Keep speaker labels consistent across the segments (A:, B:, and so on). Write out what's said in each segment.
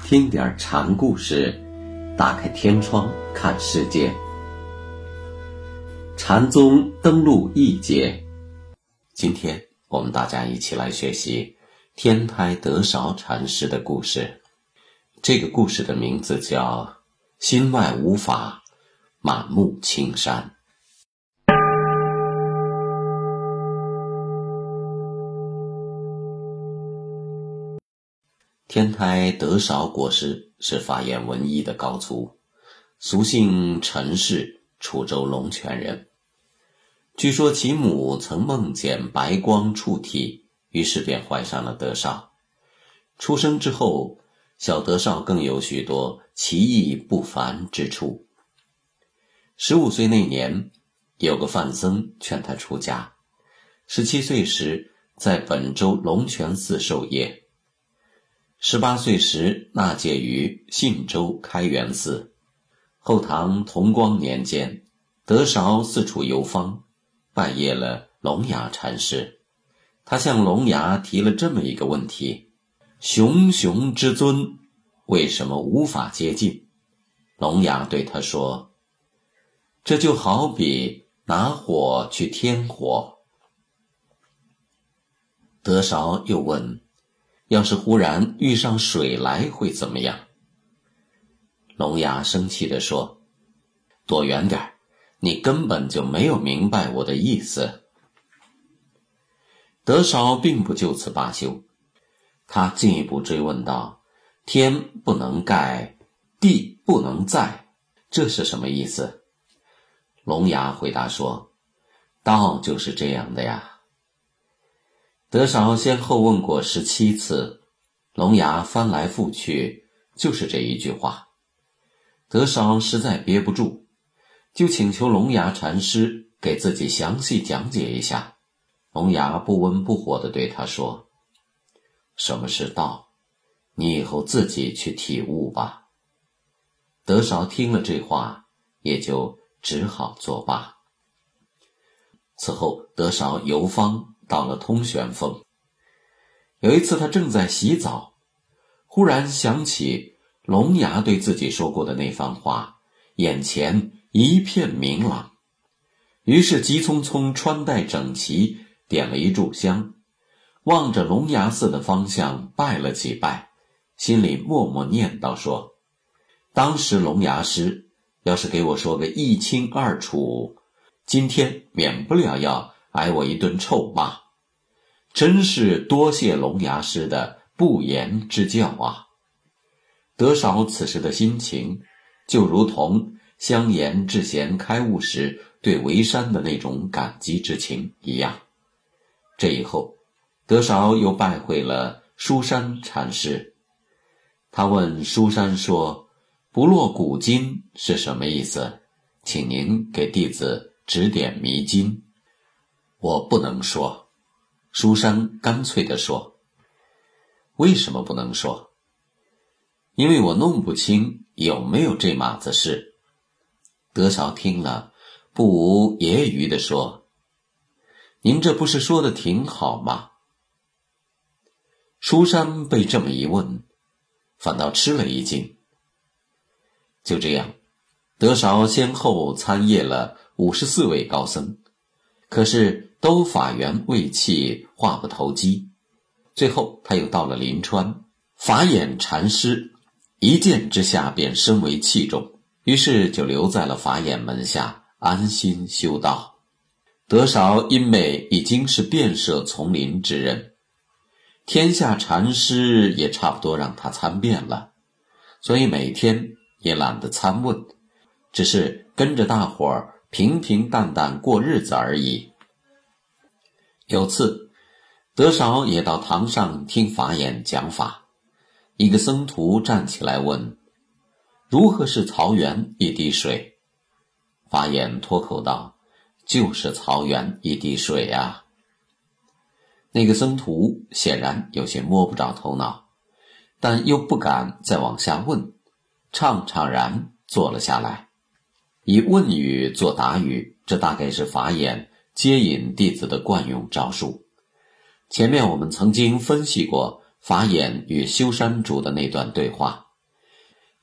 A: 听点禅故事，打开天窗看世界。禅宗登陆一节，今天我们大家一起来学习天台德韶禅师的故事。这个故事的名字叫心外无法，满目青山。天台德韶国师是法眼文艺的高足，俗姓陈氏，楚州龙泉人。据说其母曾梦见白光触体，于是便怀上了德韶。出生之后，小德韶更有许多奇异不凡之处。15岁那年，有个范僧劝他出家。17岁时，在本州龙泉寺授业。18岁时纳戒于信州开元寺。后唐同光年间，德韶四处游方，拜谒了龙牙禅师。他向龙牙提了这么一个问题：熊熊之尊为什么无法接近？龙牙对他说，这就好比拿火去添火。德韶又问，要是忽然遇上水来会怎么样？龙牙生气地说，躲远点，你根本就没有明白我的意思。德韶并不就此罢休，他进一步追问道，天不能盖，地不能载，这是什么意思？龙牙回答说，道就是这样的呀。德韶先后问过17次，龙牙翻来覆去就是这一句话。德韶实在憋不住，就请求龙牙禅师给自己详细讲解一下。龙牙不温不火地对他说，什么是道？你以后自己去体悟吧。德韶听了这话，也就只好作罢。此后德韶游方到了通玄峰。有一次他正在洗澡，忽然想起龙牙对自己说过的那番话，眼前一片明朗，于是急匆匆穿戴整齐，点了一炷香，望着龙牙寺的方向拜了几拜，心里默默念叨说，当时龙牙师要是给我说个一清二楚，今天免不了要挨我一顿臭骂，真是多谢龙牙师的不言之教啊。德韶此时的心情就如同香严智贤开悟时对维山的那种感激之情一样。这以后德韶又拜会了书山禅师。他问书山说，不落古今是什么意思？请您给弟子指点迷津。我不能说。书山干脆地说。为什么不能说？因为我弄不清有没有这码子事。德韶听了，不无揶揄地说，您这不是说的挺好吗？书山被这么一问，反倒吃了一惊。就这样，德韶先后参谒了54位高僧，可是都法缘未弃，话不投机。最后他又到了临川，法眼禅师一见之下便深为器重，于是就留在了法眼门下安心修道。德韶因为已经是遍摄丛林之人，天下禅师也差不多让他参遍了，所以每天也懒得参问，只是跟着大伙儿平平淡淡过日子而已。有次德韶也到堂上听法眼讲法，一个僧徒站起来问，如何是曹源一滴水？法眼脱口道，就是曹源一滴水啊。那个僧徒显然有些摸不着头脑，但又不敢再往下问，怅怅然坐了下来，以问语作答语，这大概是法眼接引弟子的惯用招数。前面我们曾经分析过法眼与修山主的那段对话，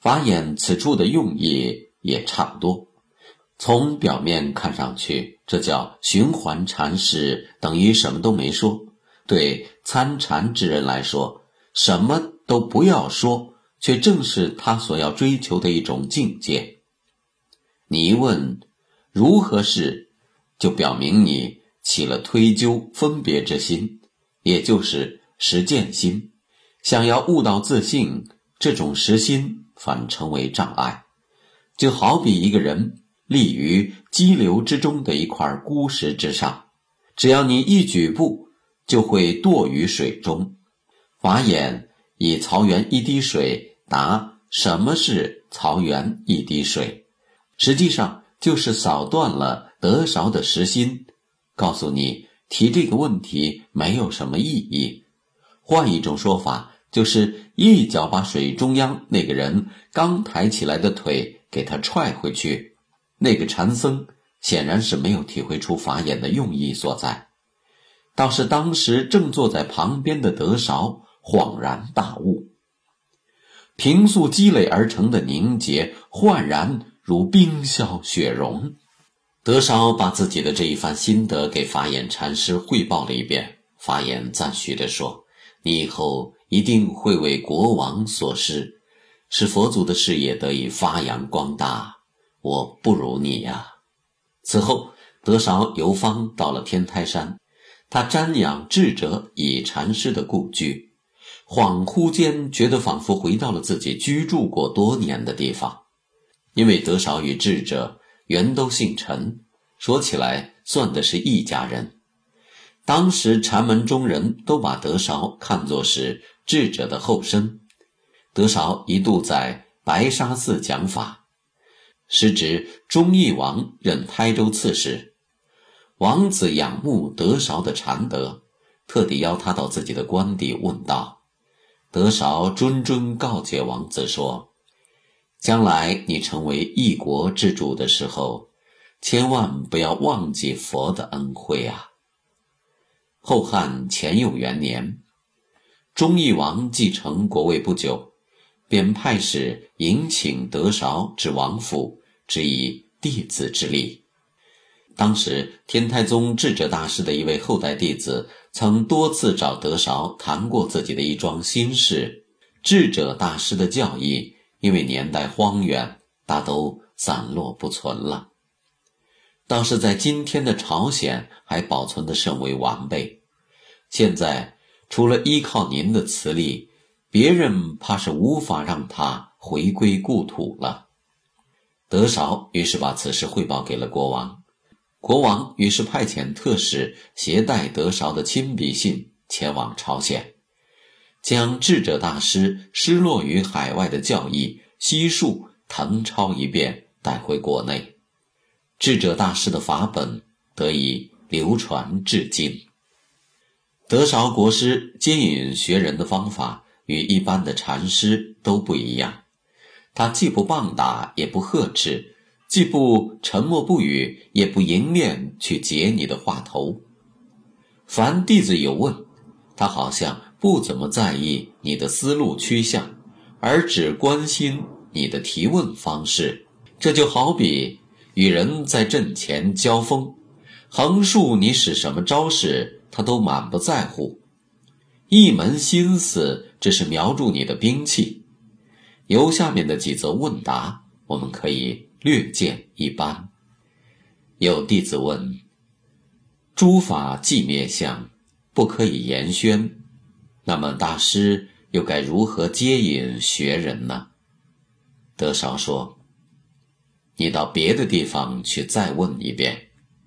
A: 法眼此处的用意也差不多。从表面看上去，这叫循环禅师，等于什么都没说。对参禅之人来说，什么都不要说，却正是他所要追求的一种境界。你一问如何是，就表明你起了推究分别之心，也就是实践心。想要悟到自性，这种实心反成为障碍。就好比一个人立于激流之中的一块孤石之上，只要你一举步，就会堕于水中。法眼以曹源一滴水答什么是曹源一滴水，实际上就是扫断了德韶的实心，告诉你提这个问题没有什么意义。换一种说法，就是一脚把水中央那个人刚抬起来的腿给他踹回去。那个禅僧显然是没有体会出法眼的用意所在，倒是当时正坐在旁边的德韶恍然大悟，平素积累而成的凝结焕然如冰消雪融。德韶把自己的这一番心得给法眼禅师汇报了一遍，法眼赞许地说，你以后一定会为国王所施，使佛祖的事业得以发扬光大，我不如你呀。此后德韶游方到了天台山，他瞻仰智者以禅师的故居，恍惚间觉得仿佛回到了自己居住过多年的地方。因为德韶与智者原都姓陈，说起来算的是一家人。当时禅门中人都把德韶看作是智者的后身。德韶一度在白沙寺讲法，时值忠义王任台州刺史，王子仰慕德韶的禅德，特地邀他到自己的官邸问道。德韶谆谆告诫王子说，将来你成为一国之主的时候，千万不要忘记佛的恩惠啊。后汉乾佑元年，忠义王继承国位不久，便派使迎请德韶至王府，只以弟子之礼。当时天台宗智者大师的一位后代弟子曾多次找德韶谈过自己的一桩心事，智者大师的教义因为年代荒远，大都散落不存了。倒是在今天的朝鲜还保存得甚为完备。现在除了依靠您的慈力，别人怕是无法让他回归故土了。德韶于是把此事汇报给了国王，国王于是派遣特使携带德韶的亲笔信前往朝鲜，将智者大师失落于海外的教义悉数誊抄一遍带回国内。智者大师的法本得以流传至今。德韶国师接引学人的方法与一般的禅师都不一样，他既不棒打也不呵斥，既不沉默不语，也不迎面去解你的话头。凡弟子有问，他好像不怎么在意你的思路趋向，而只关心你的提问方式。这就好比与人在阵前交锋，横竖你使什么招式，他都满不在乎，一门心思只是瞄住你的兵器。由下面的几则问答，我们可以略见一斑。有弟子问，诸法既灭相，不可以言宣，那么大师又该如何接引学人呢？德韶说，你到别的地方去再问一遍。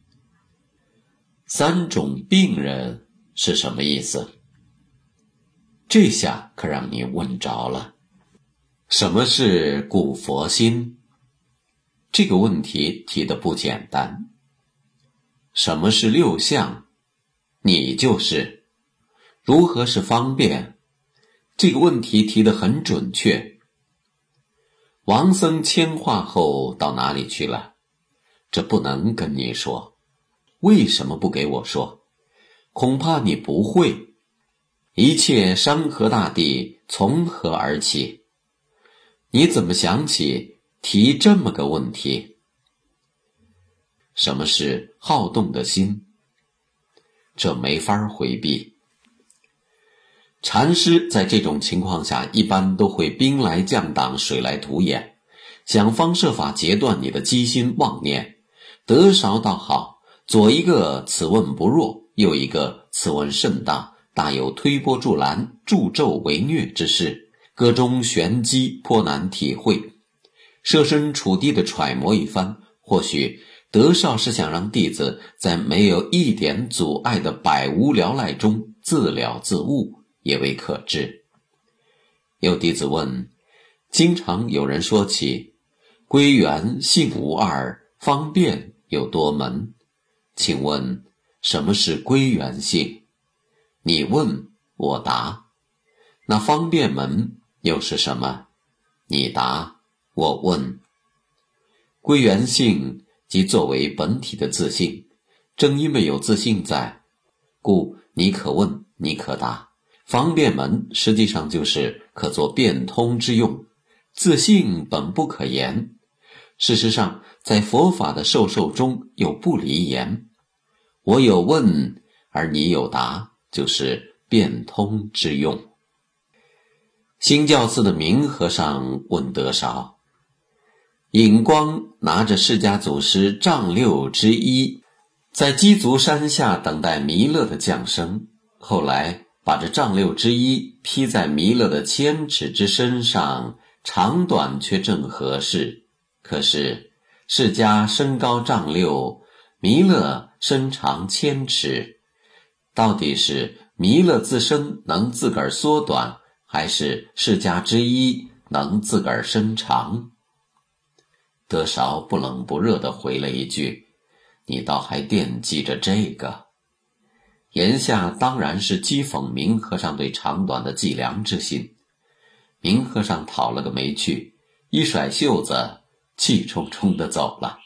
A: 三种病人是什么意思？这下可让你问着了。什么是古佛心？这个问题提得不简单。什么是六相？你就是。如何是方便？这个问题提得很准确。王僧迁化后到哪里去了？这不能跟你说。为什么不给我说？恐怕你不会。一切山河大地从何而起？ 你怎么想起提这么个问题？什么是好动的心？这没法回避。禅师在这种情况下一般都会兵来将挡，水来土掩，想方设法截断你的机心妄念。德韶倒好，左一个此问不弱，右一个此问甚大，大有推波助澜、助纣为虐之势，个中玄机颇难体会。设身处地地揣摩一番，或许德绍是想让弟子在没有一点阻碍的百无聊赖中自了自悟，也未可知。有弟子问，经常有人说起归元性无二，方便有多门，请问什么是归元性？你问我答。那方便门又是什么？你答我问。归元性即作为本体的自性，正因为有自性在，故你可问你可答。方便门实际上就是可作变通之用，自性本不可言。事实上在佛法的授受中有不离言，我有问而你有答，就是变通之用。兴教寺的明和尚问德韶，尹光拿着释迦祖师丈六之一，在鸡足山下等待弥勒的降生，后来把这丈六之一披在弥勒的千尺之身上，长短却正合适。可是释迦身高丈六，弥勒身长千尺，到底是弥勒自身能自个儿缩短，还是释迦之一能自个儿伸长？德韶不冷不热地回了一句，你倒还惦记着这个。言下当然是讥讽明和尚对长短的计量之心。明和尚讨了个没趣，一甩袖子，气冲冲地走了。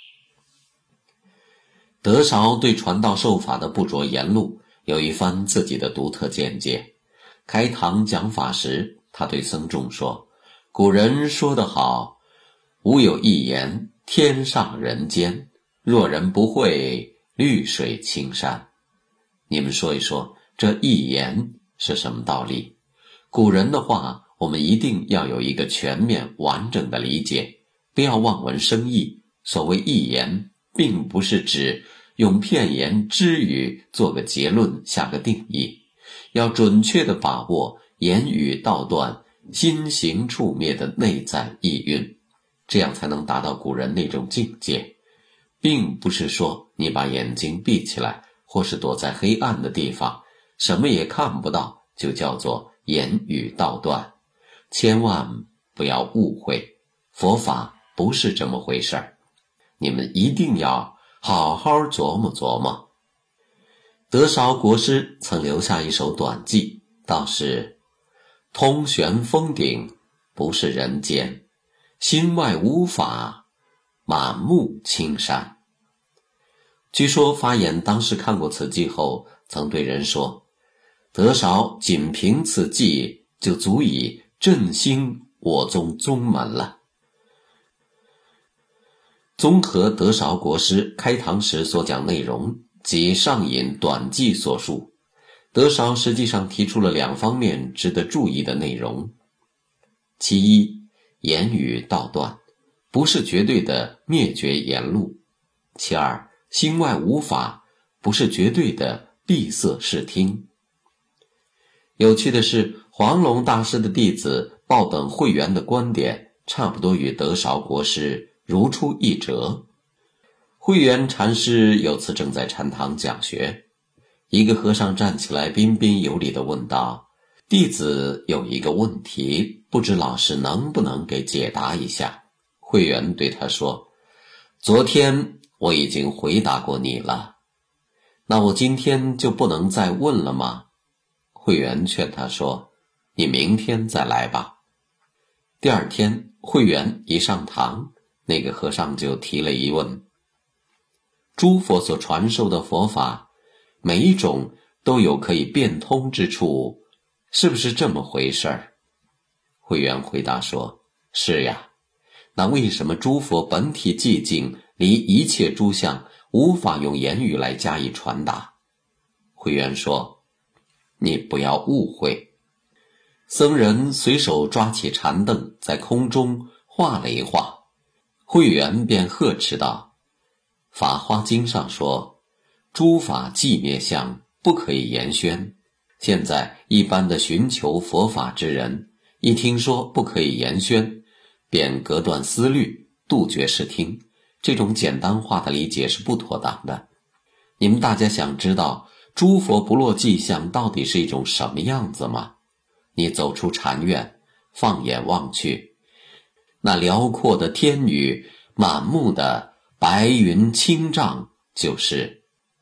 A: 德韶对传道授法的不着言路有一番自己的独特见解。开堂讲法时，他对僧众说，古人说得好，吾有一言，天上人间，若人不会，绿水青山。你们说一说，这一言是什么道理？古人的话，我们一定要有一个全面完整的理解，不要望文生义。所谓一言，并不是指用片言之语做个结论，下个定义，要准确地把握言语道断、心行处灭的内在意蕴，这样才能达到古人那种境界。并不是说你把眼睛闭起来，或是躲在黑暗的地方，什么也看不到，就叫做言语道断。千万不要误会，佛法不是这么回事儿，你们一定要好好琢磨琢磨。德韶国师曾留下一首短记，道是通玄峰顶不是人间，心外无法满目青山。据说发言当时看过此记后，曾对人说，德韶仅凭此记就足以振兴我宗宗门了。综合德韶国师开堂时所讲内容及上引短记所述，德韶实际上提出了两方面值得注意的内容。其一，言语道断，不是绝对的灭绝言路；其二，心外无法，不是绝对的闭塞视听。有趣的是，黄龙大师的弟子报等慧圆的观点差不多与德韶国师如出一辙。慧圆禅师有次正在禅堂讲学，一个和尚站起来彬彬有礼地问道，弟子有一个问题，不知老师能不能给解答一下。慧圆对他说，昨天我已经回答过你了，那我今天就不能再问了吗？慧圆劝他说，你明天再来吧。第二天，慧圆一上堂，那个和尚就提了疑问，诸佛所传授的佛法，每一种都有可以变通之处，是不是这么回事儿？慧圆回答说， 是呀，那为什么诸佛本体寂静，离一切诸相，无法用言语来加以传达？慧远说，你不要误会。僧人随手抓起禅凳，在空中画了一画，慧远便呵斥道，法华经上说，诸法寂灭相，不可以言宣。现在一般的寻求佛法之人，一听说不可以言宣，便隔断思虑，杜绝视听，这种简单化的理解是不妥当的。你们大家想知道诸佛不落迹象到底是一种什么样子吗？你走出禅院，放眼望去，那辽阔的天宇，满目的白云青障，就是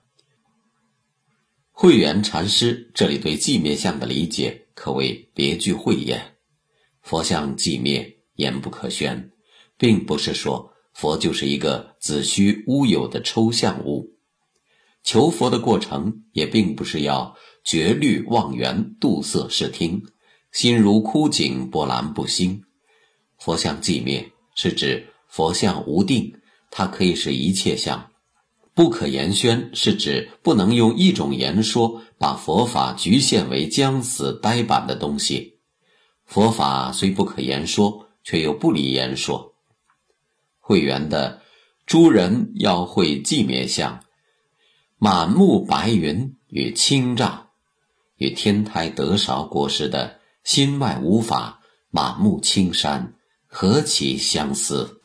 A: 慧远禅师这里对寂灭相的理解可谓别具慧眼。佛相寂灭，言不可宣，并不是说佛就是一个子虚乌有的抽象物。求佛的过程也并不是要绝虑忘缘，度色视听，心如枯井，波澜不兴。佛相寂灭是指佛相无定，它可以是一切相。不可言宣是指不能用一种言说把佛法局限为僵死呆板的东西。佛法虽不可言说，却又不离言说。慧远的诸人要会寂灭相，满目白云与青障，与天台得少国师的心外无法，满目青山，何其相似。